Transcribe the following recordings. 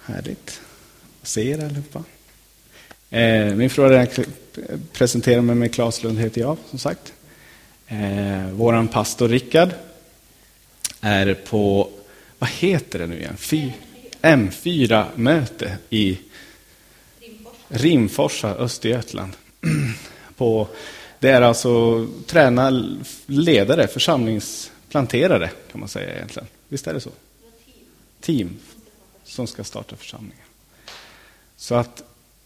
Härligt. Se er allihopa. Min fråga är presentera mig med Claes Lund heter jag, som sagt. Våran pastor Rickard är på, vad heter det nu igen? M4-möte i Rimforsa, Östergötland. Det är alltså träna ledare, församlingsplanterare kan man säga egentligen. Visst är det så? Team som ska starta församlingen. Så att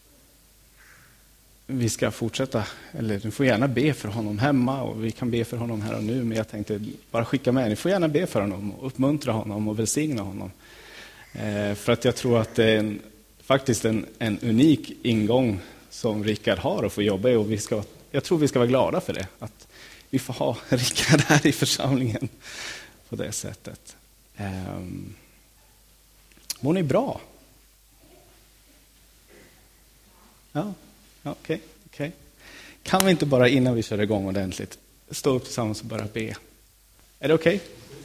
vi ska fortsätta, eller du får gärna be för honom hemma och vi kan be för honom här och nu, men jag tänkte bara skicka med. Ni får gärna be för honom och uppmuntra honom och välsigna honom. För att jag tror att det är faktiskt en unik ingång som Rickard har att få jobba i, och jag tror vi ska vara glada för det, att vi får ha Rickard här i församlingen på det sättet. Mår ni bra? Ja, okej. Kan vi inte bara innan vi kör igång ordentligt stå upp tillsammans och bara be? Är det okej?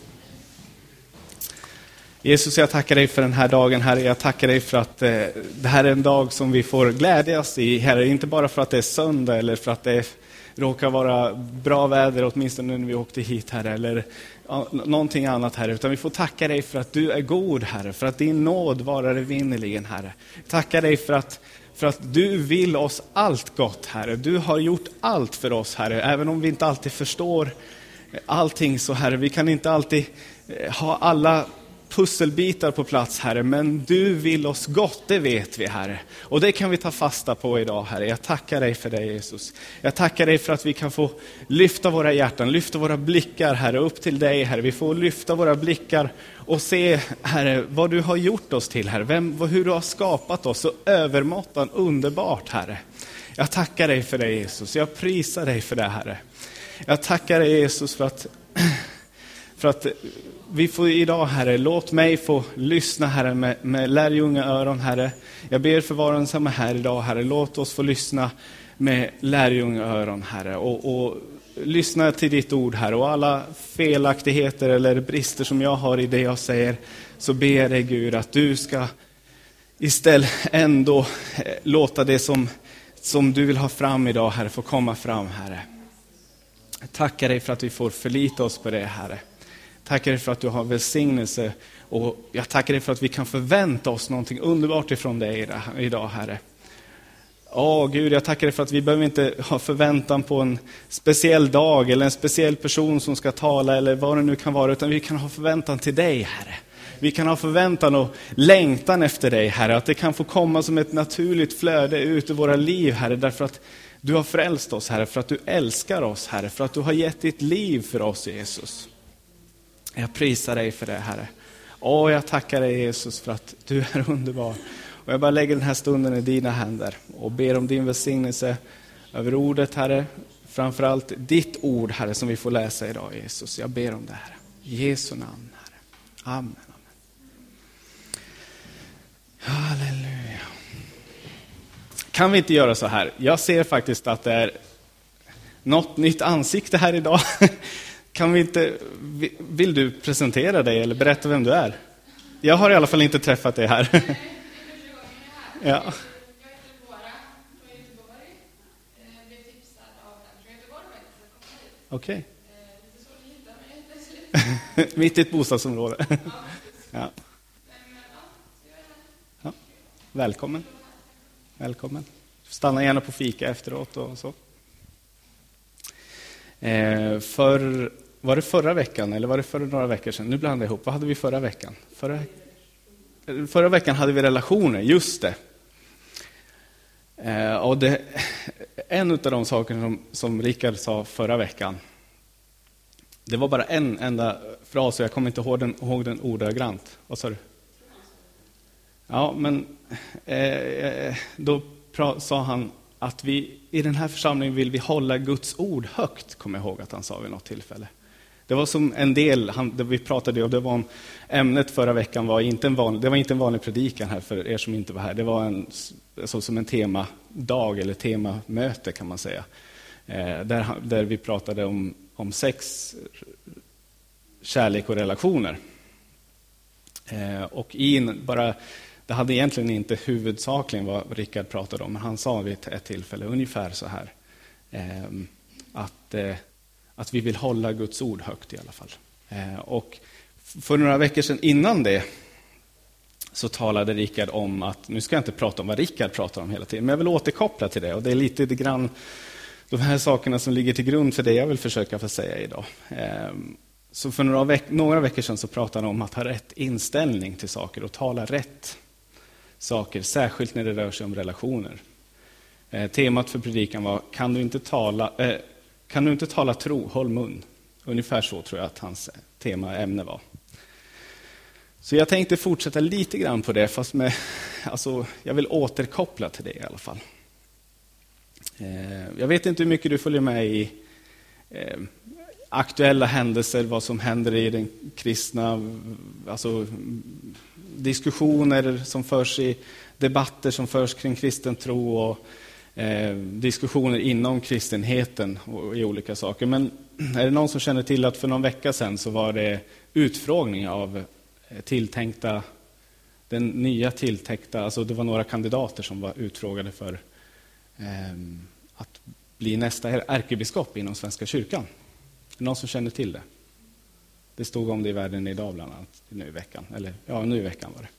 Jesus, jag tackar dig för den här dagen, Herre. Jag tackar dig för att det här är en dag som vi får glädjas i, Herre. Inte bara för att det är söndag eller för att det råkar vara bra väder, åtminstone när vi åkte hit, Herre, eller någonting annat, Herre. Utan vi får tacka dig för att du är god, Herre. För att din nåd varar evinnerligen, Herre. Tackar dig för att du vill oss allt gott, Herre. Du har gjort allt för oss, Herre. Även om vi inte alltid förstår allting så, Herre. Vi kan inte alltid ha alla pusselbitar på plats, Herre, men du vill oss gott, det vet vi, Herre. Och det kan vi ta fasta på idag, Herre. Jag tackar dig för det, Jesus. Jag tackar dig för att vi kan få lyfta våra hjärtan, lyfta våra blickar, Herre, upp till dig, Herre. Vi får lyfta våra blickar och se, Herre, vad du har gjort oss till, Herre. Hur du har skapat oss så övermåttan underbart, Herre. Jag tackar dig för det, Jesus. Jag prisar dig för det, Herre. Jag tackar dig, Jesus, för att vi får idag, Herre, låt mig få lyssna, Herre, med lärjungaöron, Herre. Jag ber för var och en som är här idag, Herre. Låt oss få lyssna med lärjungaöron, Herre. Och lyssna till ditt ord, Herre. Och alla felaktigheter eller brister som jag har i det jag säger, så ber jag dig, Gud, att du ska istället ändå låta det som du vill ha fram idag, Herre, få komma fram, Herre. Jag tackar dig för att vi får förlita oss på det, Herre. Tackar dig för att du har välsignelse, och jag tackar dig för att vi kan förvänta oss någonting underbart ifrån dig idag, Herre. Gud, jag tackar dig för att vi behöver inte ha förväntan på en speciell dag eller en speciell person som ska tala eller vad det nu kan vara, utan vi kan ha förväntan till dig, Herre. Vi kan ha förväntan och längtan efter dig, Herre, att det kan få komma som ett naturligt flöde ut i våra liv, Herre, därför att du har frälst oss, Herre, för att du älskar oss, Herre, för att du har gett ditt liv för oss, Jesus. Jag prisar dig för det, Herre. Jag tackar dig, Jesus, för att du är underbar. Och jag bara lägger den här stunden i dina händer och ber om din välsignelse över ordet, Herre. Framförallt ditt ord, Herre, som vi får läsa idag, Jesus. Jag ber om det, Herre. I Jesu namn, Herre. Amen. Halleluja. Kan vi inte göra så här? Jag ser faktiskt att det är något nytt ansikte här idag. Kan vi inte, vill du presentera dig eller berätta vem du är? Jag har i alla fall inte träffat dig här. Ja. Jag heter Bora från Göteborg. Blev tipsad av den från Göteborg faktiskt att komma hit. Okej. Lite så ni hittar mig inte. Mitt i ett bostadsområde. Ja. Ja. Välkommen. Stanna gärna på fika efteråt och så. Var det förra veckan eller var det för några veckor sedan? Nu blandar jag ihop. Vad hade vi förra veckan? Förra veckan hade vi relationer, just det. Och en av de sakerna som Rickard sa förra veckan, det var bara en enda fras och jag kommer inte ihåg den ordagrant. Vad sa du? Ja, men då sa han att vi i den här församlingen vill vi hålla Guds ord högt, kommer jag ihåg att han sa vid något tillfälle. Det var som en del, vi pratade och det var om ämnet förra veckan var inte en vanlig predikan här för er som inte var här. Det var som en temadag eller temamöte kan man säga. Där vi pratade om sex, kärlek och relationer. Och bara Det hade egentligen inte huvudsakligen vad Rickard pratade om, men han sa vid ett tillfälle ungefär så här. Att vi vill hålla Guds ord högt i alla fall. Och för några veckor sedan innan det så talade Rickard om att, nu ska jag inte prata om vad Rickard pratar om hela tiden, men jag vill återkoppla till det. Och det är lite grann de här sakerna som ligger till grund för det jag vill försöka få säga idag. Så för några veckor sedan så pratade han om att ha rätt inställning till saker och tala rätt saker, särskilt när det rör sig om relationer. Temat för predikan var, kan du inte tala tro, håll mun. Ungefär så tror jag att hans ämne var. Så jag tänkte fortsätta lite grann på det, fast jag vill återkoppla till det i alla fall. Jag vet inte hur mycket du följer med i aktuella händelser, vad som händer i den kristna, alltså diskussioner som förs i debatter som förs kring kristen tro och diskussioner inom kristenheten och i olika saker. Men är det någon som känner till att för någon vecka sedan så var det utfrågning av den nya tilltänkta, alltså det var några kandidater som var utfrågade för att bli nästa ärkebiskop inom Svenska kyrkan. Är det någon som känner till det? Det stod om det i Världen idag bland annat nu i veckan. Nu i veckan var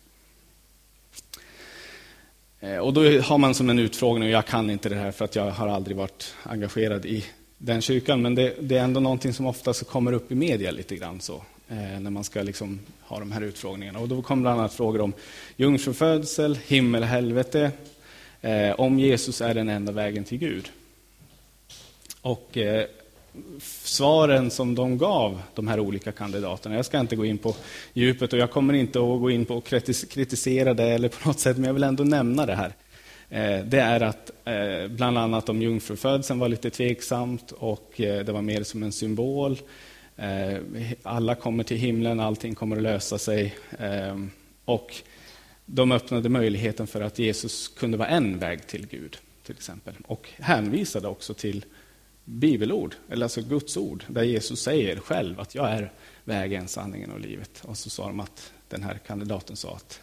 det. Och då har man som en utfrågning, och jag kan inte det här för att jag har aldrig varit engagerad i den kyrkan, men det är ändå någonting som ofta så kommer upp i media lite grann så, när man ska liksom ha de här utfrågningarna. Och då kommer bland annat frågor om jungfrufödsel, himmel och helvete, om Jesus är den enda vägen till Gud. Och svaren som de gav de här olika kandidaterna, jag ska inte gå in på djupet och jag kommer inte att gå in på och kritisera det eller på något sätt, men jag vill ändå nämna det här. Det är att bland annat om jungfrufödseln var lite tveksamt och det var mer som en symbol. Alla kommer till himlen, allting kommer att lösa sig. Och de öppnade möjligheten för att Jesus kunde vara en väg till Gud till exempel. Och hänvisade också till bibelord, eller alltså Guds ord, där Jesus säger själv att jag är vägen, sanningen och livet. Och så sa de att den här kandidaten sa att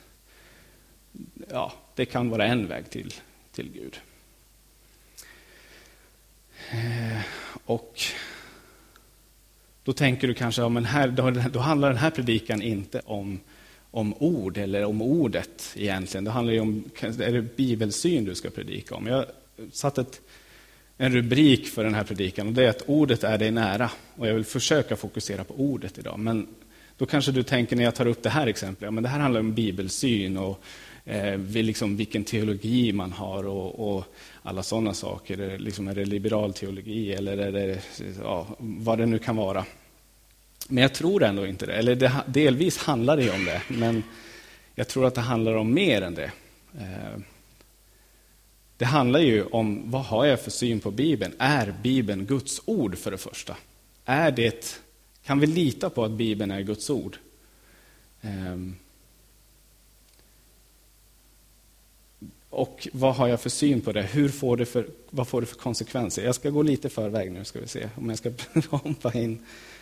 det kan vara en väg till Gud. Och då tänker du kanske, men då handlar den här predikan inte om ord eller om ordet egentligen. Det handlar ju om, är det bibelsyn du ska predika om? Jag satt en rubrik för den här predikan, och det är att ordet är dig nära. Och jag vill försöka fokusera på ordet idag. Men då kanske du tänker när jag tar upp det här exemplet, men det här handlar om bibelsyn och vilken teologi man har och alla sådana saker. Är det liberal teologi eller är det vad det nu kan vara. Men jag tror ändå inte det. Eller delvis handlar det om det, men jag tror att det handlar om mer än det. Det handlar ju om, vad har jag för syn på Bibeln? Är Bibeln Guds ord för det första? Kan vi lita på att Bibeln är Guds ord? Och vad har jag för syn på det? Vad får det för konsekvenser? Jag ska gå lite förväg nu, ska vi se om jag ska hoppa in.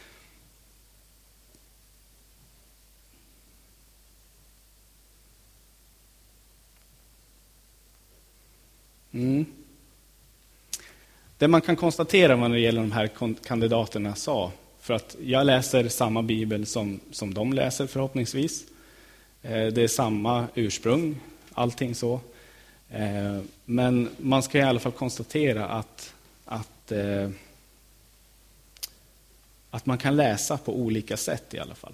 Det man kan konstatera när det gäller de här kandidaterna sa, för att jag läser samma bibel som de läser förhoppningsvis. Det är samma ursprung, allting så. Men man ska i alla fall konstatera att man kan läsa på olika sätt i alla fall.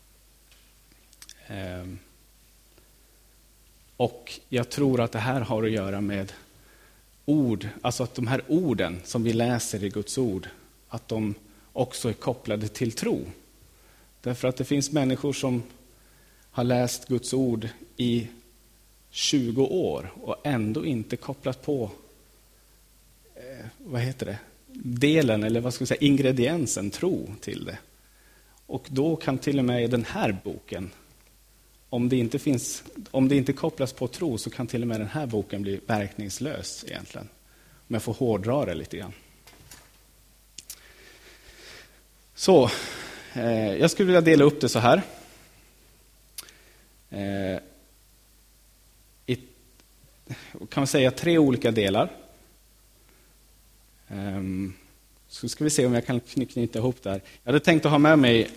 Och jag tror att det här har att göra med ord, alltså att de här orden som vi läser i Guds ord, att de också är kopplade till tro. Därför att det finns människor som har läst Guds ord i 20 år och ändå inte kopplat på delen, eller vad ska jag säga, ingrediensen tro till det. Och då kan till och med den här boken, om det inte kopplas på tro, så kan till och med den här boken bli verkningslös egentligen. Om jag får hårdra det lite grann. Så, jag skulle vilja dela upp det så här. kan man säga 3 olika delar. Så ska vi se om jag kan knyta ihop det här. Jag hade tänkt att ha med mig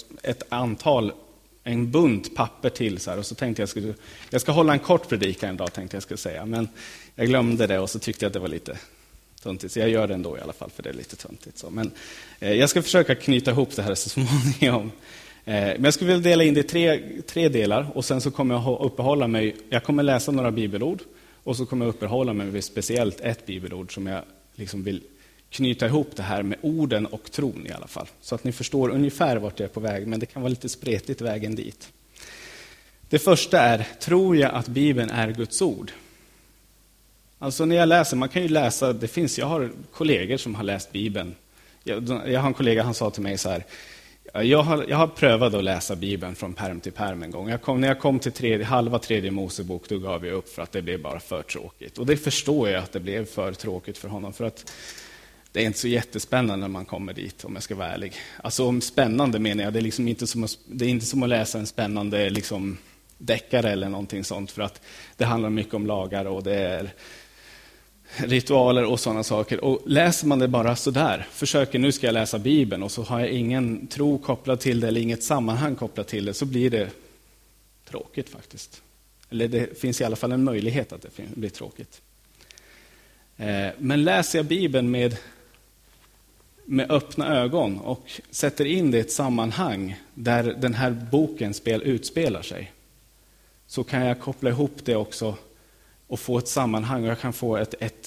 en bunt papper till så här, och så tänkte jag ska hålla en kort predikan idag, tänkte jag skulle säga, men jag glömde det och så tyckte jag att det var lite töntigt, så jag gör det ändå i alla fall, för det är lite töntigt så. Men jag ska försöka knyta ihop det här så småningom. Men jag skulle vilja dela in det i 3 delar, och sen så kommer jag uppehålla mig, jag kommer läsa några bibelord, och så kommer jag uppehålla mig vid speciellt ett bibelord som jag liksom vill knyta ihop det här med orden och tron i alla fall. Så att ni förstår ungefär vart jag är på väg, men det kan vara lite spretigt vägen dit. Det första är, tror jag att Bibeln är Guds ord? Alltså när jag läser, man kan ju läsa, jag har kollegor som har läst Bibeln. Jag har en kollega, han sa till mig så här, jag har prövat att läsa Bibeln från pärm till pärm en gång. När jag kom till halva 3:e Mosebok, då gav jag upp för att det blev bara för tråkigt. Och det förstår jag att det blev för tråkigt för honom, för att det är inte så jättespännande när man kommer dit, om jag ska vara ärlig. Alltså om spännande menar jag, det är liksom inte som att läsa en spännande liksom deckare eller någonting sånt, för att det handlar mycket om lagar och det är ritualer och sådana saker. Och läser man det bara så där, nu ska jag läsa Bibeln, och så har jag ingen tro kopplad till det eller inget sammanhang kopplat till det, så blir det tråkigt faktiskt. Eller det finns i alla fall en möjlighet att det blir tråkigt. Men läser jag Bibeln med öppna ögon och sätter in det i ett sammanhang där den här boken utspelar sig, så kan jag koppla ihop det också och få ett sammanhang, och jag kan få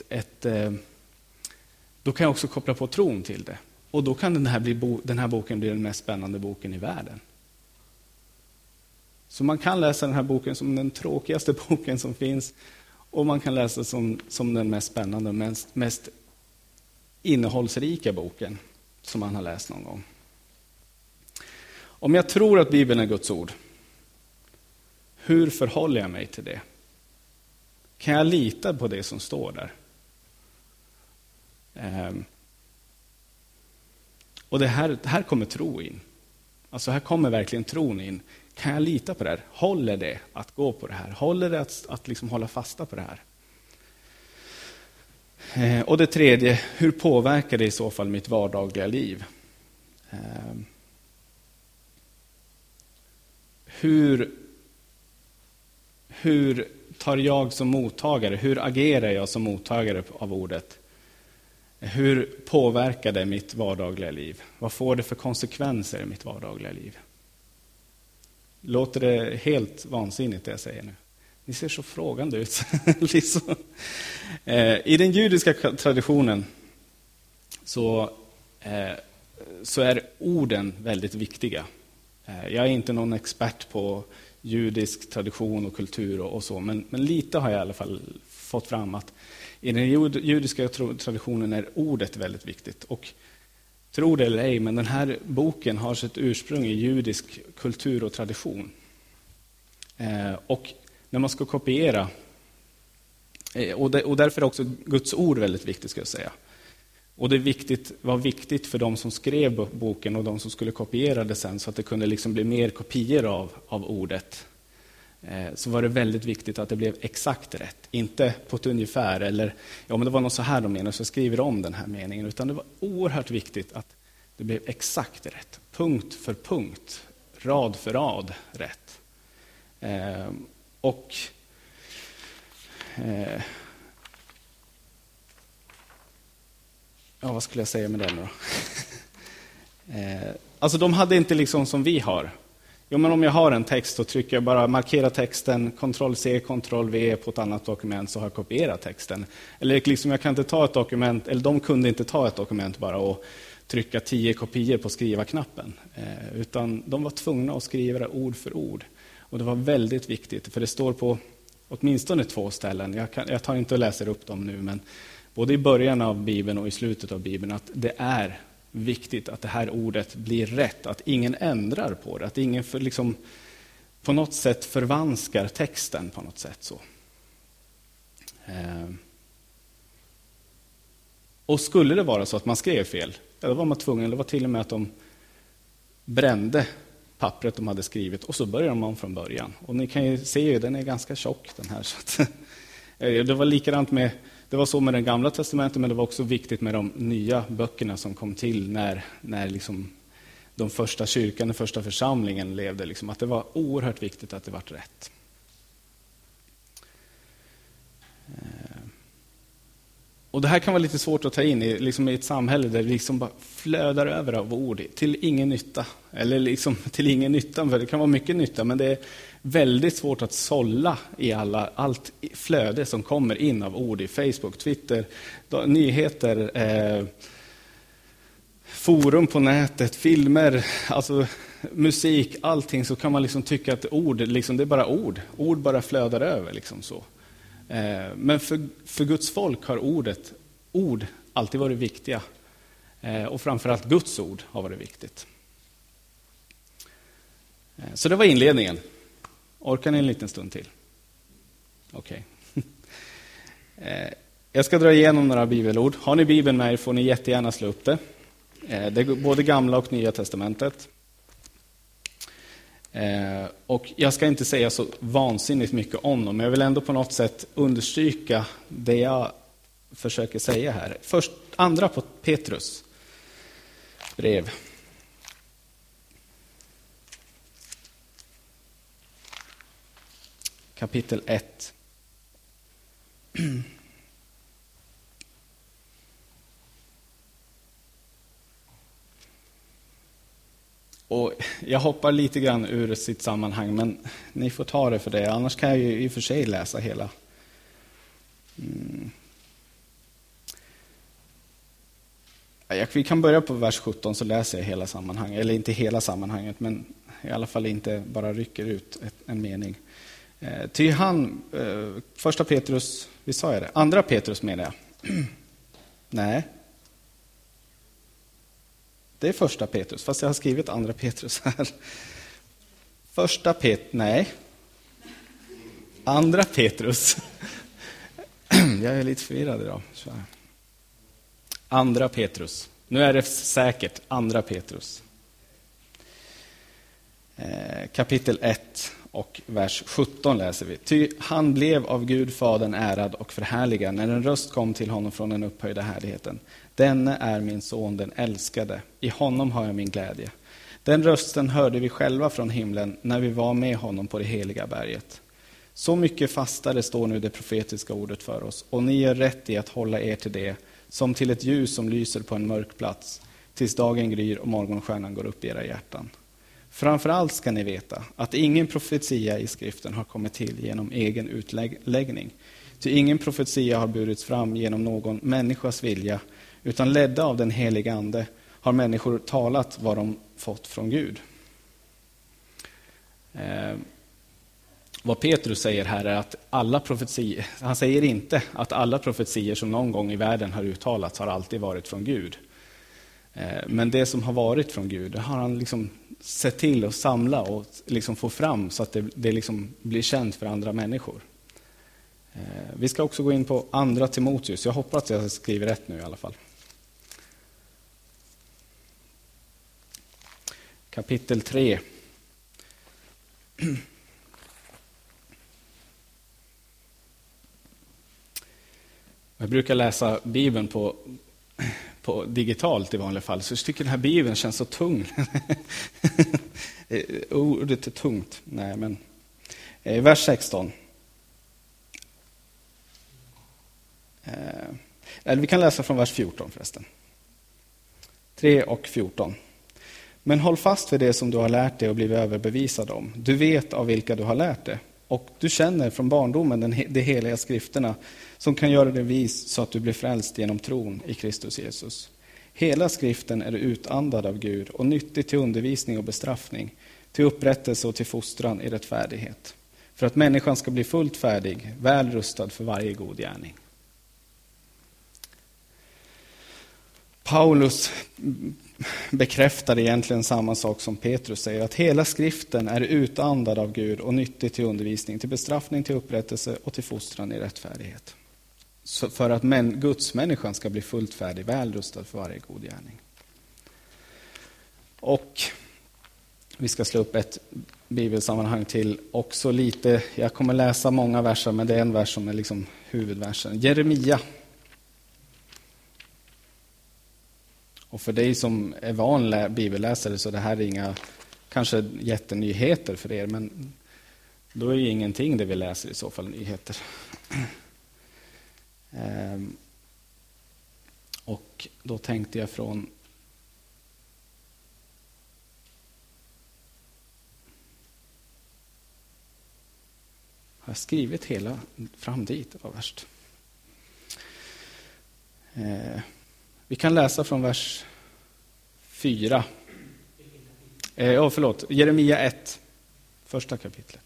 då kan jag också koppla på tron till det. Och då kan den här boken bli den mest spännande boken i världen. Så man kan läsa den här boken som den tråkigaste boken som finns, och man kan läsa som den mest spännande, mest innehållsrika boken som man har läst någon gång. Om jag tror att Bibeln är Guds ord, hur förhåller jag mig till det? Kan jag lita på det som står där? Och det här kommer tro in. Alltså här kommer verkligen tron in. Kan jag lita på det här? Håller det att gå på det här? Håller det att liksom hålla fasta på det här? Och det tredje, hur påverkar det i så fall mitt vardagliga liv? Hur tar jag som mottagare, hur agerar jag som mottagare av ordet? Hur påverkar det mitt vardagliga liv? Vad får det för konsekvenser i mitt vardagliga liv? Låter det helt vansinnigt det jag säger nu? Ni ser så frågande ut. I den judiska traditionen så är orden väldigt viktiga. Jag är inte någon expert på judisk tradition och kultur och så, men lite har jag i alla fall fått fram att i den judiska traditionen är ordet väldigt viktigt. Och tro det eller ej, men den här boken har sitt ursprung i judisk kultur och tradition. Och när man ska kopiera, och därför är också Guds ord väldigt viktigt, ska jag säga. Och det var viktigt för de som skrev boken och de som skulle kopiera det sen, så att det kunde liksom bli mer kopior av ordet. Så var det väldigt viktigt att det blev exakt rätt. Inte på ett ungefär, eller men det var något så här de menar, så jag skriver om den här meningen. Utan det var oerhört viktigt att det blev exakt rätt. Punkt för punkt, rad för rad rätt. Vad skulle jag säga med det nu då? Alltså de hade inte liksom som vi har. Men om jag har en text, så trycker jag bara markera texten, Ctrl+C, Ctrl+V på ett annat dokument, så har jag kopierat texten. Eller liksom jag kan inte ta ett dokument, eller de kunde inte ta ett dokument bara och trycka 10 kopior på skriva-knappen. Utan de var tvungna att skriva det ord för ord. Och det var väldigt viktigt, för det står på åtminstone 2 ställen. Jag tar inte och läser upp dem nu, men både i början av Bibeln och i slutet av Bibeln, att det är viktigt att det här ordet blir rätt, att ingen ändrar på det, att ingen liksom på något sätt förvanskar texten på något sätt så. Och skulle det vara så att man skrev fel, då var man tvungen, det var till och med att de brände pappret de hade skrivit och så börjar man från början. Och ni kan ju se, den är ganska tjock den här, så att Det var likadant med, det var så med den gamla testamentet, men det var också viktigt med de nya böckerna som kom till när liksom de första kyrkan, den första församlingen levde. Liksom, att det var oerhört viktigt att det var rätt. Och det här kan vara lite svårt att ta in i, liksom i ett samhälle där det liksom bara flödar över av ord till ingen nytta. Eller liksom till ingen nytta, för det kan vara mycket nytta, men det är väldigt svårt att sålla i allt flöde som kommer in av ord i Facebook, Twitter, nyheter, forum på nätet, filmer, alltså musik, allting, så kan man liksom tycka att ord, liksom, det är bara ord. Ord bara flödar över liksom så. Men för Guds folk har ord alltid varit viktiga. Och framförallt Guds ord har varit viktigt. Så det var inledningen. Orkar ni en liten stund till? Okej. Jag ska dra igenom några bibelord. Har ni Bibeln med er får ni jättegärna slå upp det. Det är både gamla och nya testamentet. Och jag ska inte säga så vansinnigt mycket om dem, men jag vill ändå på något sätt understryka det jag försöker säga här. Först andra på Petrus brev. Kapitel 1. Och jag hoppar lite grann ur sitt sammanhang, men ni får ta det för det. Annars kan jag ju i och för sig läsa hela. Vi kan börja på vers 17, så läser jag hela sammanhanget. Eller inte hela sammanhanget, men i alla fall inte bara rycker ut en mening. Till han, första Petrus, vi sa jag det. Andra Petrus menar jag. Nej. Det är första Petrus, fast jag har skrivit andra Petrus här. Andra Petrus. Jag är lite förvirrad idag. Andra Petrus. Nu är det säkert andra Petrus. Kapitel 1 och vers 17 läser vi. Ty han blev av Gud Fadern ärad och förhärligad när en röst kom till honom från den upphöjda härligheten. Denne är min son, den älskade. I honom har jag min glädje. Den rösten hörde vi själva från himlen när vi var med honom på det heliga berget. Så mycket fastare står nu det profetiska ordet för oss, och ni är rätt i att hålla er till det, som till ett ljus som lyser på en mörk plats, tills dagen gryr och morgonstjärnan går upp i era hjärtan. Framförallt ska ni veta att ingen profetia i skriften har kommit till genom egen utläggning. Ty ingen profetia har burits fram genom någon människas vilja, utan ledda av den heliga ande har människor talat vad de fått från Gud. Vad Petrus säger här är att alla profetier, han säger inte att alla profetier som någon gång i världen har uttalats har alltid varit från Gud. Men det som har varit från Gud, det har han liksom sett till att samla och liksom få fram så att det liksom blir känt för andra människor. Vi ska också gå in på andra Timoteus. Jag hoppas att jag skriver rätt nu i alla fall. Kapitel 3. Jag brukar läsa Bibeln på digitalt i vanliga fall, så jag tycker den här Bibeln känns så tung. Ordet är tungt. Nej, men vers 16. Eller vi kan läsa från vers 14 förresten. 3 och 14. Men håll fast vid det som du har lärt dig och blivit överbevisad om. Du vet av vilka du har lärt dig. Och du känner från barndomen de heliga skrifterna som kan göra dig vis så att du blir frälst genom tron i Kristus Jesus. Hela skriften är utandad av Gud och nyttig till undervisning och bestraffning, till upprättelse och till fostran i rättfärdighet. För att människan ska bli fullt färdig, väl rustad för varje god gärning. Paulus bekräftar egentligen samma sak som Petrus säger, att hela skriften är utandad av Gud och nyttig till undervisning, till bestraffning, till upprättelse och till fostran i rättfärdighet. Så för att Guds människan ska bli fullt färdig, väl rustad för varje god gärning. Och Vi ska slå upp ett bibelsammanhang till också lite. Jag kommer läsa många verser, men det är en vers som är liksom huvudversen. Jeremia. Och för dig som är van bibelläsare så det här är inga kanske jättenyheter för er, men då är ju ingenting det vi läser i så fall nyheter. Och då tänkte jag från har jag skrivit hela fram dit, det var värst. Vi kan läsa från vers 4. Jeremia 1, första kapitlet.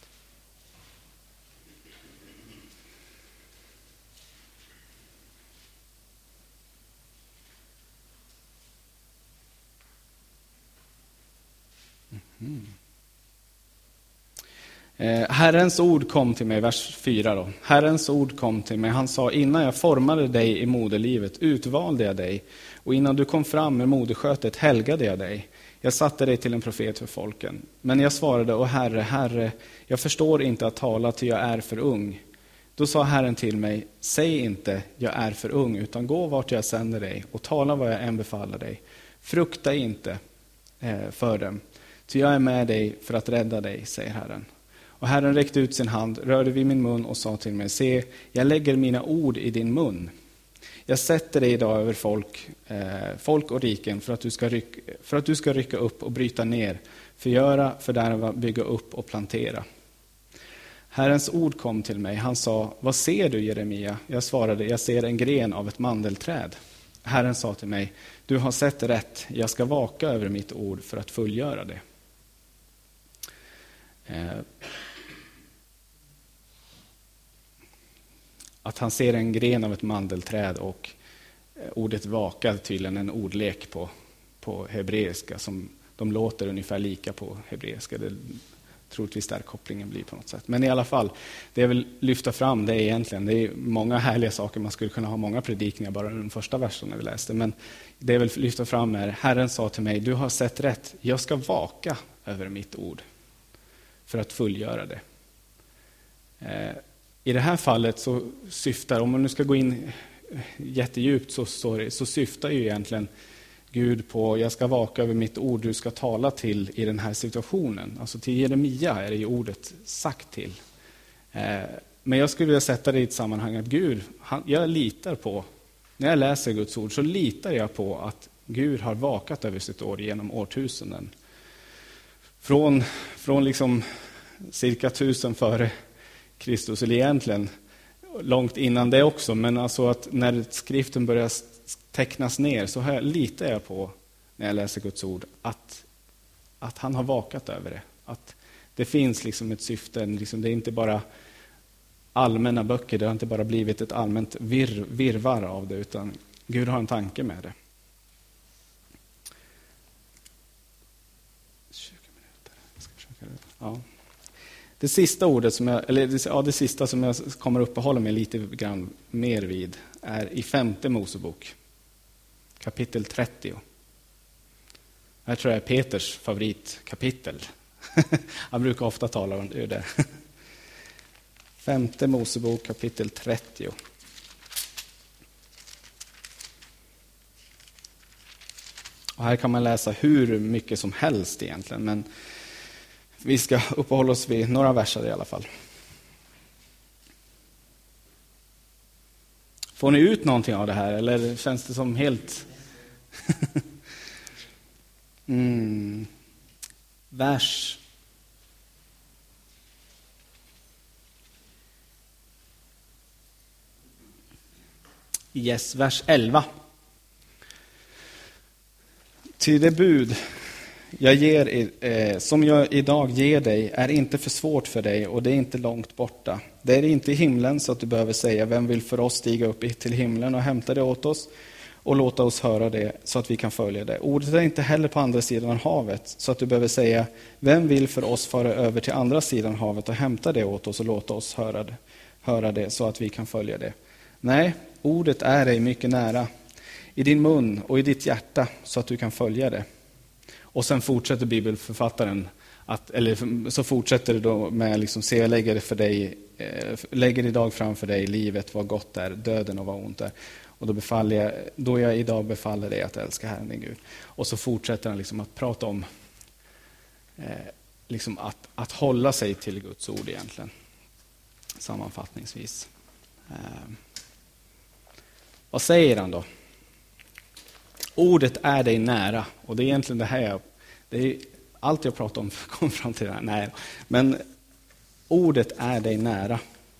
Herrens ord kom till mig, vers 4 då. Herrens ord kom till mig, han sa: innan jag formade dig i moderlivet utvalde jag dig, och innan du kom fram med moderskötet helgade jag dig. Jag satte dig till en profet för folken. Men jag svarade: Åh Herre, Herre, jag förstår inte att tala, ty jag är för ung. Då sa Herren till mig: säg inte jag är för ung, utan gå vart jag sänder dig och tala vad jag än befaller dig. Frukta inte för dem, ty jag är med dig för att rädda dig, säger Herren. Och Herren räckte ut sin hand, rörde vid min mun och sa till mig: se, jag lägger mina ord i din mun. Jag sätter dig idag över folk och riken för att du ska rycka upp och bryta ner, förgöra, fördärva, bygga upp och plantera. Herrens ord kom till mig, han sa: vad ser du, Jeremia? Jag svarade: jag ser en gren av ett mandelträd. Herren sa till mig: du har sett rätt, jag ska vaka över mitt ord för att fullgöra det. Att han ser en gren av ett mandelträd, och ordet vaka tydligen en ordlek på hebreiska, som de låter ungefär lika på hebreiska. Det troligtvis där kopplingen blir på något sätt. Men i alla fall, det jag vill lyfta fram det är egentligen, det är många härliga saker, man skulle kunna ha många predikningar bara den första versen när vi läste, men det jag vill lyfta fram är: Herren sa till mig: du har sett rätt, jag ska vaka över mitt ord för att fullgöra det. I det här fallet så syftar, om man nu ska gå in jättedjupt, så syftar ju egentligen Gud på: jag ska vaka över mitt ord du ska tala till i den här situationen. Alltså till Jeremia är det ju ordet sagt till. Men jag skulle vilja sätta det i ett sammanhang att Gud, jag litar på, när jag läser Guds ord så litar jag på att Gud har vakat över sitt ord genom årtusenden. Från liksom cirka 1000 före Kristus, eller egentligen långt innan det också, men alltså att när skriften börjar tecknas ner så här litar jag på, när jag läser Guds ord, att han har vakat över det. Att det finns liksom ett syfte, liksom det är inte bara allmänna böcker, det har inte bara blivit ett allmänt virvar av det, utan Gud har en tanke med det. 20 minuter. Jag ska försöka. Ja. Det sista ordet det sista som jag kommer uppehålla mig lite grann mer vid är i 5:e Mosebok, kapitel 30. Jag tror jag är Peters favoritkapitel. Han brukar ofta tala om det. 5:e Mosebok, kapitel 30. Och här kan man läsa hur mycket som helst egentligen, men vi ska uppehålla oss vid några verser i alla fall. Får ni ut någonting av det här, eller känns det som helt... Vers. Vers 11. Till det bud jag ger, som jag idag ger dig är inte för svårt för dig, och det är inte långt borta. Det är inte i himlen så att du behöver säga: vem vill för oss stiga upp till himlen och hämta det åt oss och låta oss höra det så att vi kan följa det. Ordet är inte heller på andra sidan havet så att du behöver säga: vem vill för oss fara över till andra sidan havet och hämta det åt oss och låta oss höra det så att vi kan följa det. Nej, ordet är dig mycket nära, i din mun och i ditt hjärta, så att du kan följa det. Och sen fortsätter bibelförfattaren Eller så fortsätter det då med liksom, se jag lägger det för dig, lägger idag framför dig livet vad gott är, döden och vad ont är. Och då jag idag befaller dig att älska Herren din Gud. Och så fortsätter han liksom att prata om liksom att hålla sig till Guds ord egentligen. Sammanfattningsvis. Vad säger han då? Ordet är dig nära. Och det är egentligen det är allt jag pratar om kom fram till det här. Nej, men ordet är dig nära.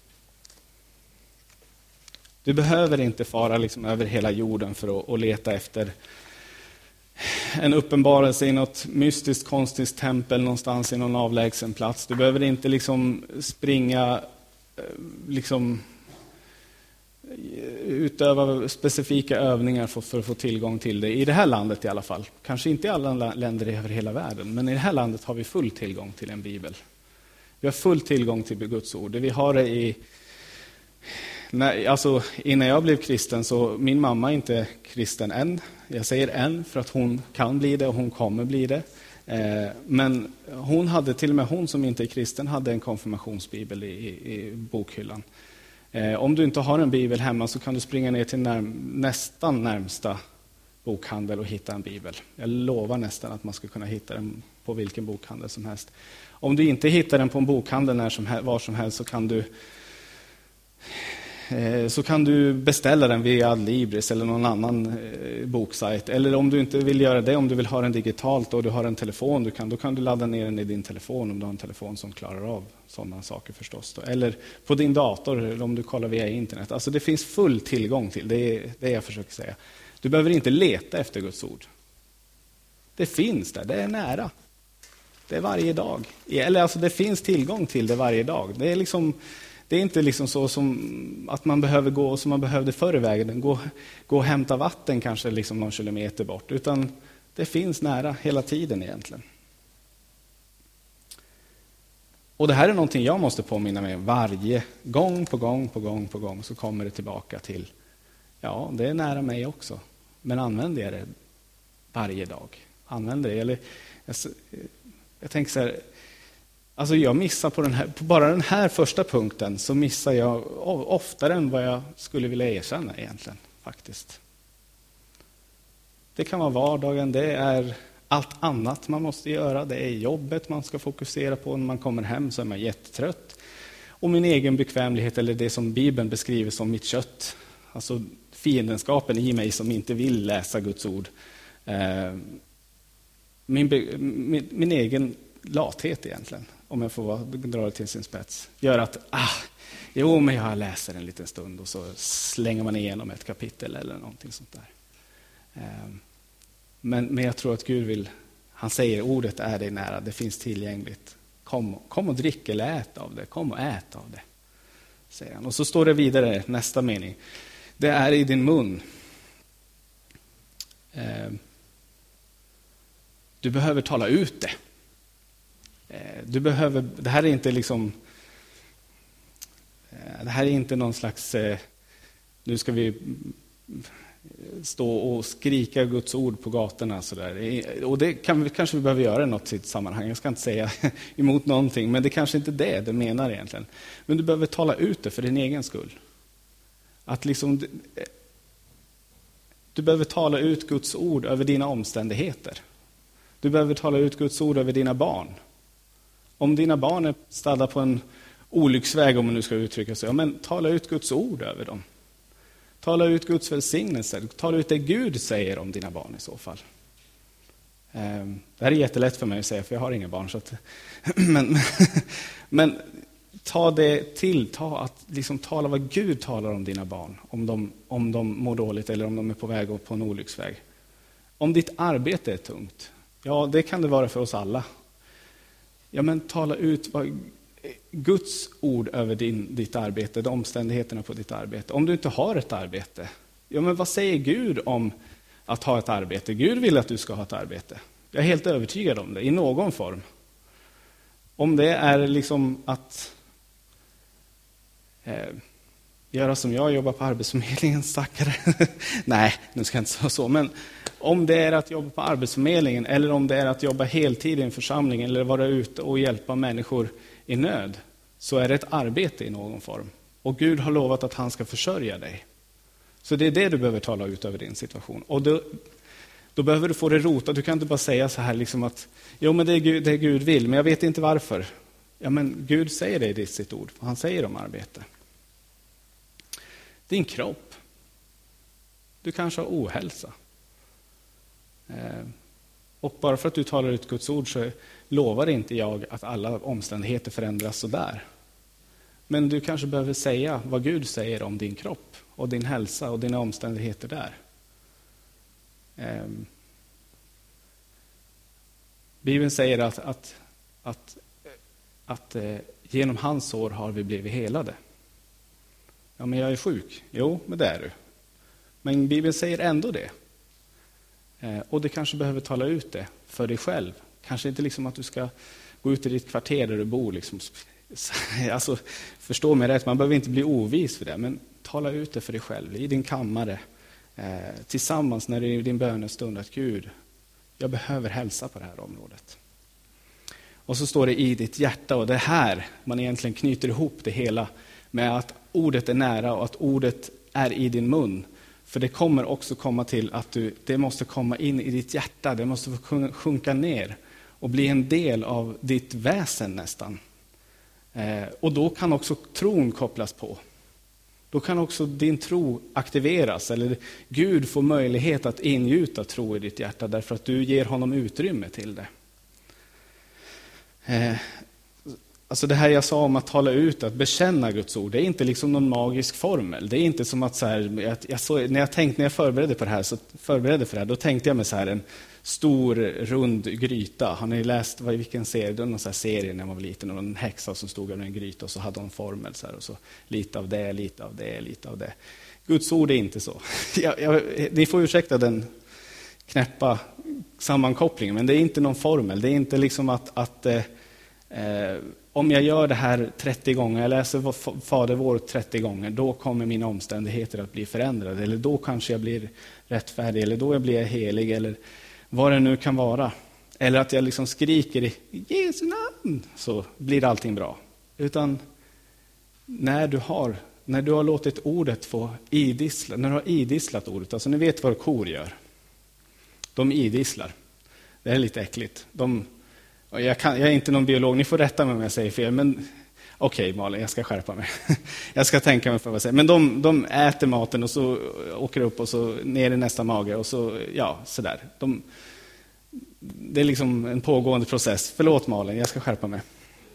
Du behöver inte fara liksom över hela jorden för att leta efter en uppenbarelse i något mystiskt konstigt tempel någonstans i någon avlägsen plats. Du behöver inte liksom springa liksom utöva specifika övningar för att få tillgång till det. I det här landet i alla fall. Kanske inte i alla länder över hela världen. Men i det här landet har vi full tillgång till en bibel. Vi har full tillgång till Guds ord. Vi har det innan jag blev kristen så min mamma är inte kristen än. Jag säger än för att hon kan bli det och hon kommer bli det. Men till och med hon som inte är kristen hade en konfirmationsbibel i bokhyllan. Om du inte har en bibel hemma så kan du springa ner till nästan närmsta bokhandel och hitta en bibel. Jag lovar nästan att man ska kunna hitta den på vilken bokhandel som helst. Om du inte hittar den på en bokhandel var som helst så kan du beställa den via Adlibris eller någon annan boksajt. Eller om du inte vill göra det, om du vill ha den digitalt och du har en telefon, då kan du ladda ner den i din telefon om du har en telefon som klarar av sådana saker förstås. Då. Eller på din dator eller om du kollar via internet. Alltså det finns full tillgång till, det är det jag försöker säga. Du behöver inte leta efter Guds ord. Det finns där, det är nära. Det är varje dag. Eller alltså det finns tillgång till det varje dag. Det är inte liksom så som att man behöver gå som man behövde förr i vägen. Gå och hämta vatten kanske liksom någon kilometer bort. Utan det finns nära hela tiden egentligen. Och det här är någonting jag måste påminna mig varje gång på gång så kommer det tillbaka till ja, det är nära mig också. Men använder jag det varje dag? Använder det? Eller, jag tänker så här, alltså jag missar på bara den här första punkten så missar jag oftare än vad jag skulle vilja erkänna egentligen faktiskt. Det kan vara vardagen, det är allt annat man måste göra, det är jobbet man ska fokusera på. När man kommer hem så är man jättetrött. Och min egen bekvämlighet eller det som Bibeln beskriver som mitt kött. Alltså fiendenskapen i mig som inte vill läsa Guds ord. Min egen lathet egentligen, om jag får dra det till sin spets, gör att men jag läser en liten stund och så slänger man igenom ett kapitel eller någonting sånt där. Men jag tror att Gud han säger ordet är dig nära, det finns tillgängligt. Kom och drick eller ät av det, kom och ät av det, säger han. Och så står det vidare, nästa mening. Det är i din mun. Du behöver tala ut det. Det här är inte någon slags nu ska vi stå och skrika Guds ord på gatorna så där. Och det kanske vi behöver göra i något sitt sammanhang. Jag ska inte säga emot någonting, men det kanske inte är det menar egentligen. Men du behöver tala ut det för din egen skull. Att liksom du behöver tala ut Guds ord över dina omständigheter. Du behöver tala ut Guds ord över dina barn. Om dina barn är stadda på en olycksväg, om man nu ska uttrycka sig, men tala ut Guds ord över dem. Tala ut Guds välsignelse. Tala ut det Gud säger om dina barn i så fall. Det här är jättelätt för mig att säga, för jag har inga barn. Så att, men ta det till. Tala vad Gud talar om dina barn. Om de mår dåligt eller om de är på väg på en olycksväg. Om ditt arbete är tungt. Ja, det kan det vara för oss alla. Ja, men tala ut Guds ord över ditt arbete, de omständigheterna på ditt arbete. Om du inte har ett arbete, ja, men vad säger Gud om att ha ett arbete? Gud vill att du ska ha ett arbete. Jag är helt övertygad om det, i någon form. Om det är liksom att göra som jag, jobba på Arbetsförmedlingen, stackare. Nej, nu ska jag inte säga så. Men Om det är att jobba på arbetsförmedlingen eller om det är att jobba heltid i en församling eller vara ute och hjälpa människor i nöd, så är det ett arbete i någon form. Och Gud har lovat att han ska försörja dig. Så det är det du behöver tala ut över din situation. Och då behöver du få det rotat. Du kan inte bara säga så här liksom att jo, men det är Gud vill, men jag vet inte varför. Ja, men Gud säger det i sitt ord. Han säger om arbete. Din kropp. Du kanske har ohälsa. Och bara för att du talar ut Guds ord så lovar inte jag att alla omständigheter förändras så där. Men du kanske behöver säga vad Gud säger om din kropp och din hälsa och dina omständigheter där. Bibeln säger att genom hans sår har vi blivit helade. Ja, men jag är sjuk. Jo, men det är du. Men Bibeln säger ändå det. Och du kanske behöver tala ut det för dig själv. Kanske inte liksom att du ska gå ut i ditt kvarter där du bor. Liksom. Alltså, förstå mig rätt, man behöver inte bli ovis för det. Men tala ut det för dig själv i din kammare. Tillsammans när det är din bönestund att Gud, jag behöver hälsa på det här området. Och så står det i ditt hjärta, och det här man egentligen knyter ihop det hela med att ordet är nära och att ordet är i din mun. För det kommer också komma till att det måste komma in i ditt hjärta, det måste få sjunka ner och bli en del av ditt väsen nästan. Och då kan också tron kopplas på. Då kan också din tro aktiveras, eller Gud får möjlighet att ingjuta tro i ditt hjärta därför att du ger honom utrymme till det. Alltså det här jag sa om att tala ut, att bekänna Guds ord, det är inte liksom någon magisk formel. Det är inte som att så här, när jag förberedde för det här, då tänkte jag mig så här en stor rund gryta. Har ni läst vilken serie? Det var någon så här serie när man var liten och en häxa som stod över en gryta och så hade hon formel så här, och så lite av det, lite av det, lite av det. Guds ord är inte så. Ni får ursäkta den knäppa sammankopplingen, men det är inte någon formel. Det är inte liksom att om jag gör det här 30 gånger, jag läser Fader vår 30 gånger, då kommer mina omständigheter att bli förändrade. Eller då kanske jag blir rättfärdig, eller då blir jag helig, eller vad det nu kan vara. Eller att jag liksom skriker i Jesu namn, så blir allting bra. Utan när du har låtit ordet få idissla, när du har idisslat ordet, alltså ni vet vad kor gör. De idisslar. Det är lite äckligt. Jag är inte någon biolog, ni får rätta mig om jag säger fel, men okej, Malin, jag ska skärpa mig. Jag ska tänka mig för vad jag säger. Men de äter maten och så åker upp och så ner i nästa mage och så, ja, sådär. Det är liksom en pågående process. Förlåt Malin, jag ska skärpa mig.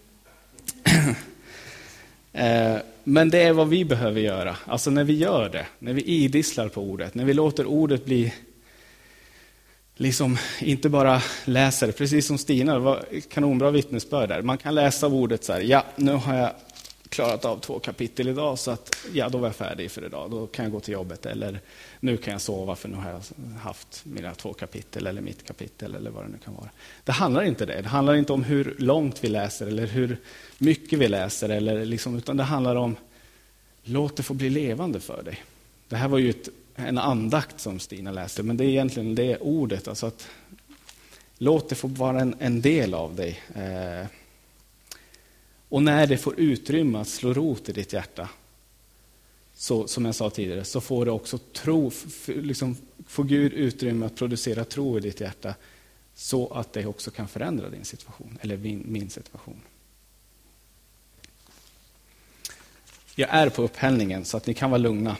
Men det är vad vi behöver göra. Alltså när vi gör det, när vi idisslar på ordet, när vi låter ordet bli liksom inte bara läser, precis som Stina, det var kanonbra vittnesbörd där. Man kan läsa ordet så här, ja, nu har jag klarat av 2 kapitel idag, så att ja, då var jag färdig för idag. Då kan jag gå till jobbet, eller nu kan jag sova för nu har jag haft mina 2 kapitel eller mitt kapitel eller vad det nu kan vara. Det handlar inte det. Det handlar inte om hur långt vi läser eller hur mycket vi läser eller liksom, utan det handlar om låt det få bli levande för dig. Det här var ju en andakt som Stina läste, men det är egentligen det ordet, alltså att låt det få vara en del av dig. Och när det får utrymme att slå rot i ditt hjärta, så som jag sa tidigare, så får det också tro, liksom får Gud utrymme att producera tro i ditt hjärta, så att det också kan förändra din situation, eller min situation. Jag är på upphällningen så att ni kan vara lugna.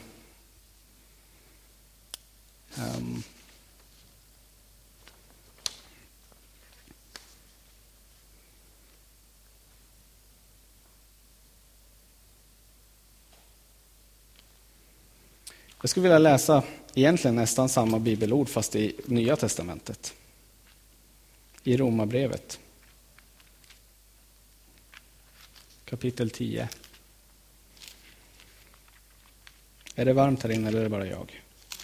Jag skulle vilja läsa egentligen nästan samma bibelord fast i Nya testamentet. I Romarbrevet. Kapitel 10. Är det varmt här inne eller är det bara jag?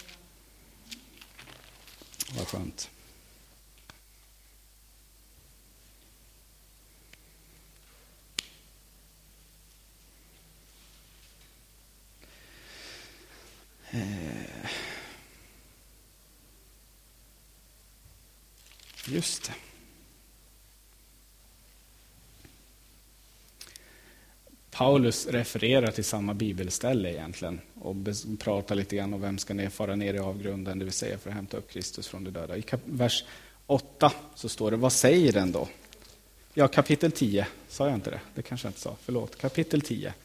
Vad skönt. Just det. Paulus refererar till samma bibelställe egentligen och pratar lite grann om vem ska fara ner i avgrunden, det vill säga för att hämta upp Kristus från de döda. I vers 8 så står det, vad säger den då? Ja, kapitel 10, sa jag inte det? Det kanske jag inte sa, förlåt. Kapitel 10.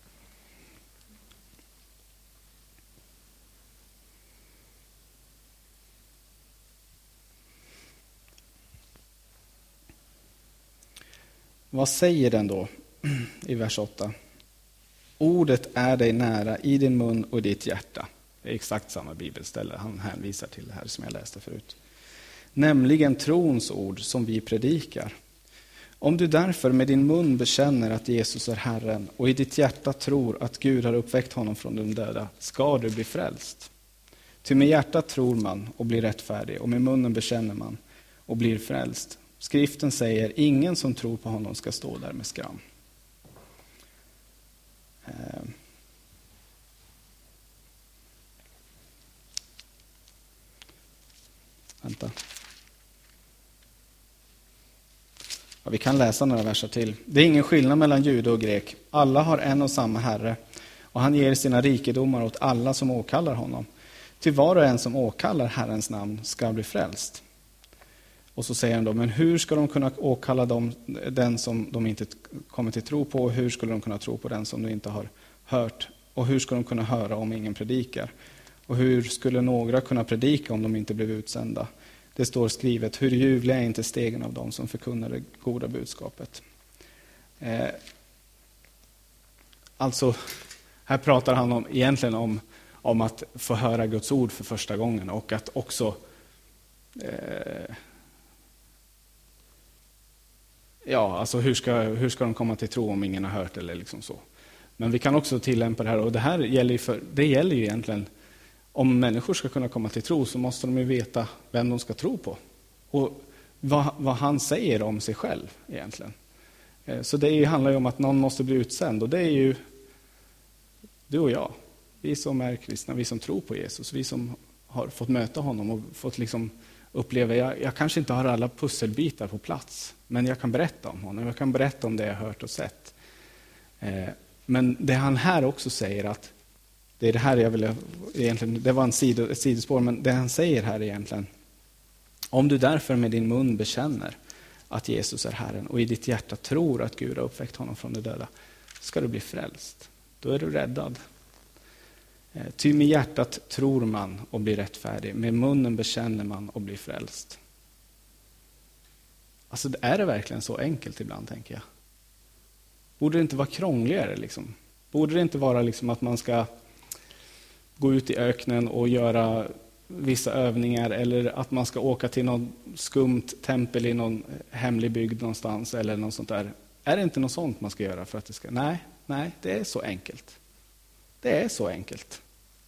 Vad säger den då i vers 8? Ordet är dig nära i din mun och i ditt hjärta. Det är exakt samma bibelställe han hänvisar till det här som jag läste förut. Nämligen trons ord som vi predikar. Om du därför med din mun bekänner att Jesus är Herren och i ditt hjärta tror att Gud har uppväckt honom från de döda, ska du bli frälst. Ty med hjärtat tror man och blir rättfärdig och med munnen bekänner man och blir frälst. Skriften säger, ingen som tror på honom ska stå där med skam. Vänta. Ja, vi kan läsa några verser till. Det är ingen skillnad mellan jude och grek. Alla har en och samma Herre. Och han ger sina rikedomar åt alla som åkallar honom. Till var och en som åkallar Herrens namn ska bli frälst. Och så säger han då, men hur ska de kunna åkalla den som de inte kommer till tro på? Och hur skulle de kunna tro på den som de inte har hört? Och hur ska de kunna höra om ingen predikar? Och hur skulle några kunna predika om de inte blev utsända? Det står skrivet, hur ljuvliga är inte stegen av dem som förkunnar det goda budskapet. Alltså, här pratar han egentligen om att få höra Guds ord för första gången. Och att också alltså hur ska de komma till tro om ingen har hört eller liksom så. Men vi kan också tillämpa det här, och det här gäller ju egentligen, om människor ska kunna komma till tro så måste de ju veta vem de ska tro på. Och vad han säger om sig själv egentligen. Så det handlar ju om att någon måste bli utsänd, och det är ju du och jag. Vi som är kristna, vi som tror på Jesus, vi som har fått möta honom och fått liksom uppleva, jag kanske inte har alla pusselbitar på plats, men jag kan berätta om honom, jag kan berätta om det jag hört och sett. Men det han här också säger, att det är det här jag ville egentligen, det var ett sidospår, men det han säger här egentligen, om du därför med din mun bekänner att Jesus är Herren och i ditt hjärta tror att Gud har uppväckt honom från de döda, ska du bli frälst. Då är du räddad. Ty med hjärtat tror man och blir rättfärdig, med munnen bekänner man och blir frälst. Alltså, är det verkligen så enkelt ibland, tänker jag? Borde det inte vara krångligare liksom? Borde det inte vara liksom att man ska gå ut i öknen och göra vissa övningar, eller att man ska åka till någon skumt tempel i någon hemlig bygd någonstans eller något sånt där? Är det inte något sånt man ska göra för att det ska? Nej, det är så enkelt. Det är så enkelt.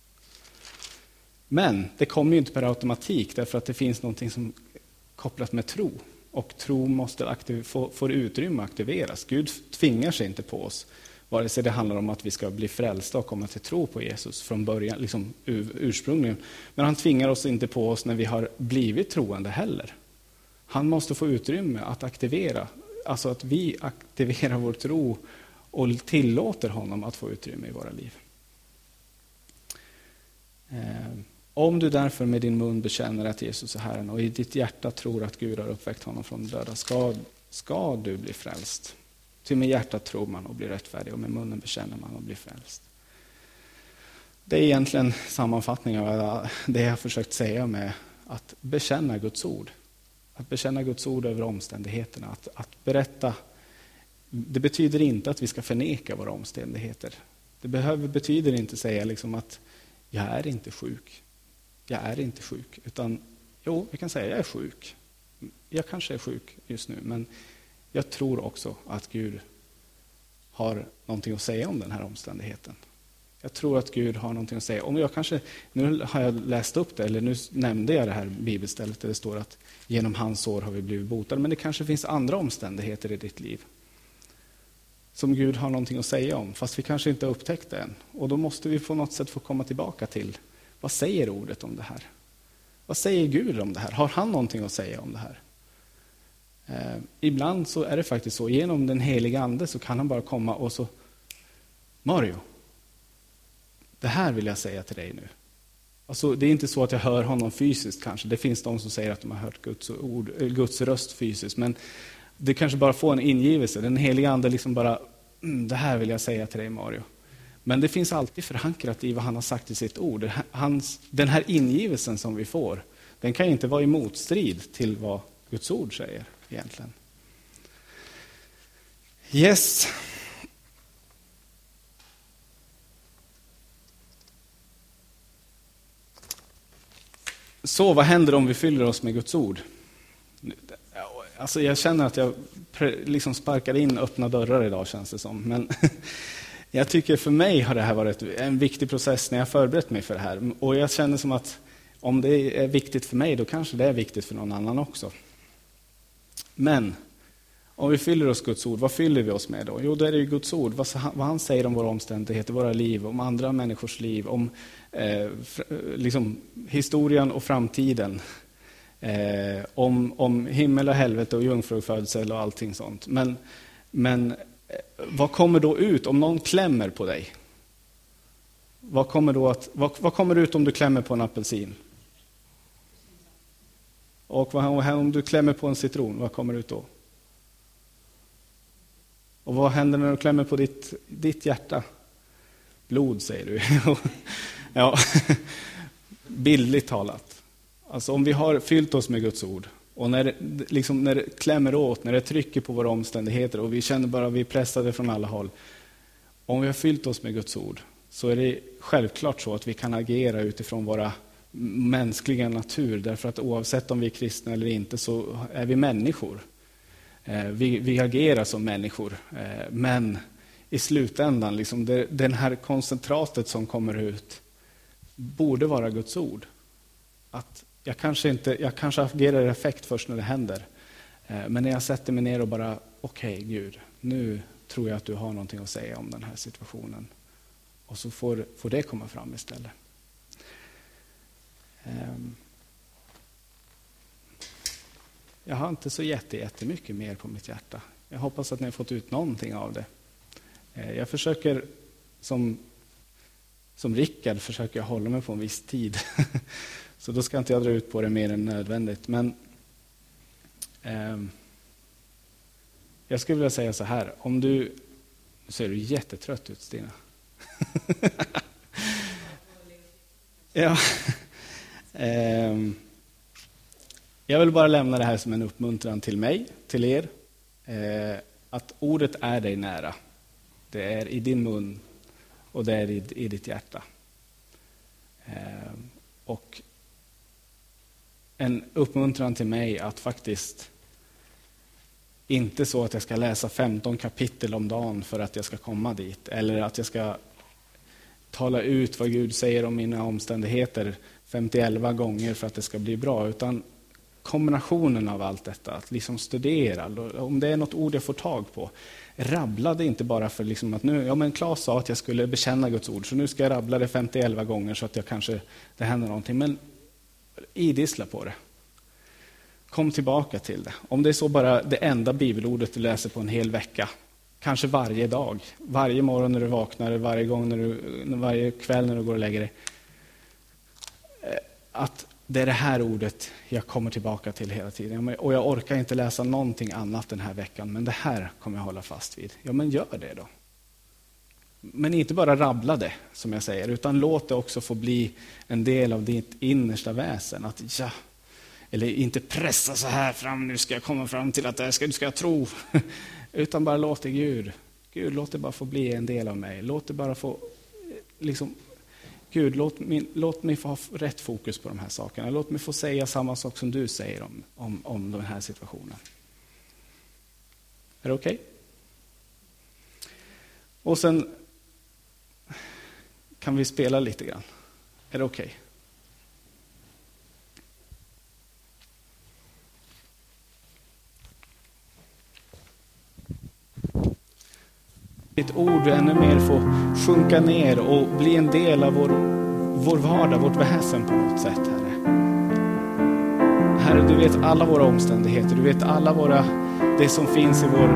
Men det kommer ju inte per automatik, därför att det finns någonting som kopplat med tro. Och tro måste få utrymme att aktiveras. Gud tvingar sig inte på oss, vare sig det handlar om att vi ska bli frälsta och komma till tro på Jesus från början, liksom ursprungligen. Men han tvingar oss inte på oss när vi har blivit troende heller. Han måste få utrymme att aktivera, alltså att vi aktiverar vår tro och tillåter honom att få utrymme i våra liv. Om du därför med din mun bekänner att Jesus är Herren och i ditt hjärta tror att Gud har uppväckt honom från de döda, ska du bli frälst. Ty med hjärtat tror man och blir rättfärdig, och med munnen bekänner man och blir frälst. Det är egentligen sammanfattning av det jag har försökt säga med att bekänna Guds ord. Att bekänna Guds ord över omständigheterna. Att berätta. Det betyder inte att vi ska förneka våra omständigheter. Det betyder inte säga liksom att jag är inte sjuk. Jag är inte sjuk. Utan vi kan säga jag är sjuk. Jag kanske är sjuk just nu, men jag tror också att Gud har någonting att säga om den här omständigheten. Jag tror att Gud har någonting att säga. Nu har jag läst upp det, eller nu nämnde jag det här bibelstället där det står att genom hans sår har vi blivit botade. Men det kanske finns andra omständigheter i ditt liv som Gud har någonting att säga om, fast vi kanske inte har upptäckt det än. Och då måste vi på något sätt få komma tillbaka till, vad säger ordet om det här? Vad säger Gud om det här? Har han någonting att säga om det här? Ibland så är det faktiskt så, genom den heliga ande så kan han bara komma och så: Mario, det här vill jag säga till dig nu. Alltså, det är inte så att jag hör honom fysiskt kanske. Det finns de som säger att de har hört Guds röst fysiskt. Men det kanske bara får en ingivelse. Den heliga ande liksom bara: det här vill jag säga till dig, Mario. Men det finns alltid förankrat i vad han har sagt i sitt ord. Den här ingivelsen som vi får, den kan inte vara i motstrid till vad Guds ord säger egentligen. Yes. Så vad händer om vi fyller oss med Guds ord? Alltså jag känner att jag liksom sparkar in öppna dörrar idag, känns det som. Men jag tycker för mig har det här varit en viktig process när jag förberett mig för det här. Och jag känner som att om det är viktigt för mig, då kanske det är viktigt för någon annan också. Men om vi fyller oss Guds ord, vad fyller vi oss med då? Jo, då är det ju Guds ord. Vad han säger om våra omständigheter, våra liv, om andra människors liv, om liksom historien och framtiden. Om himmel och helvete och jungfrufödsel och allting sånt. Men vad kommer då ut om någon klämmer på dig? Vad kommer ut om du klämmer på en apelsin? Och om du klämmer på en citron, vad kommer ut då? Och vad händer när du klämmer på ditt hjärta? Blod, säger du. Ja, bildligt talat. Alltså om vi har fyllt oss med Guds ord och när det klämmer åt, när det trycker på våra omständigheter och vi känner bara att vi är pressade från alla håll. Om vi har fyllt oss med Guds ord så är det självklart så att vi kan agera utifrån våra mänskliga natur. Därför att oavsett om vi är kristna eller inte så är vi människor. Vi agerar som människor. Men i slutändan, liksom den här koncentratet som kommer ut borde vara Guds ord. Att jag kanske agerar effekt först när det händer. Men när jag sätter mig ner och bara, okej, Gud, nu tror jag att du har någonting att säga om den här situationen. Och så får det komma fram istället. Jag har inte så jättemycket mer på mitt hjärta. Jag hoppas att ni har fått ut någonting av det. Jag försöker, som Rickard, försöker jag hålla mig på en viss tid. Så då ska inte jag dra ut på det mer än nödvändigt. Men jag skulle vilja säga så här. Om du ser du jättetrött ut, Stina. Ja. Jag vill bara lämna det här som en uppmuntran till mig, till er. Att ordet är dig nära. Det är i din mun och det är i ditt hjärta. Och en uppmuntran till mig att faktiskt inte så att jag ska läsa 15 kapitel om dagen för att jag ska komma dit. Eller att jag ska tala ut vad Gud säger om mina omständigheter 51 gånger för att det ska bli bra. Utan kombinationen av allt detta, att liksom studera. Om det är något ord jag får tag på. Rabbla det inte bara för liksom att nu, men Claes sa att jag skulle bekänna Guds ord. Så nu ska jag rabbla det 51 gånger så att det händer någonting. Men idissla på det. Kom tillbaka till det. Om det är så bara det enda bibelordet du läser på en hel vecka. Kanske varje dag. Varje morgon när du vaknar. Varje kväll när du går och lägger dig. Att det är det här ordet jag kommer tillbaka till hela tiden. Och jag orkar inte läsa någonting annat den här veckan. Men det här kommer jag hålla fast vid. Ja, men gör det då. Men inte bara rabbla det, som jag säger. Utan låt det också få bli en del av ditt innersta väsen. Att eller inte pressa så här fram. Nu ska jag komma fram till att du ska tro. Utan bara låt det Gud, låt det bara få bli en del av mig. Låt det bara få Gud, låt mig få ha rätt fokus på de här sakerna. Låt mig få säga samma sak som du säger om den här situationen. Är det okej? Och sen kan vi spela lite grann. Är det okej? Ditt ord ännu mer får sjunka ner och bli en del av vår vardag, vårt väsen på något sätt, Herre. Herre, du vet alla våra omständigheter. Du vet alla det som finns i vår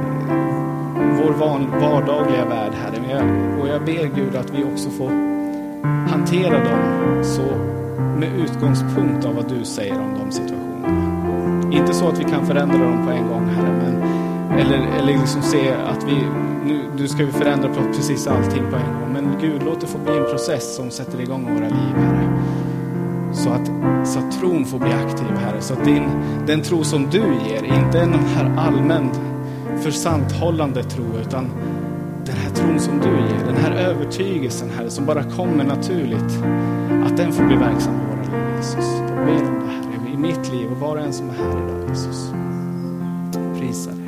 vardagliga värld, Herre. Och jag ber Gud att vi också får hantera dem så med utgångspunkt av vad du säger om de situationerna. Inte så att vi kan förändra dem på en gång, Herre, men eller liksom se att nu ska vi förändra på precis allting på en gång. Men Gud, låt det få bli en process som sätter igång våra liv, Herre. Så att tron får bli aktiv, Herre. Så att den tro som du ger, inte en här allmän försanthållande tro, utan den här tron som du ger, den här övertygelsen, Herre, som bara kommer naturligt, att den får bli verksam i våra liv, Jesus. Jag ber om det, Herre, i mitt liv och var och en som är här idag, Jesus. Prisa dig.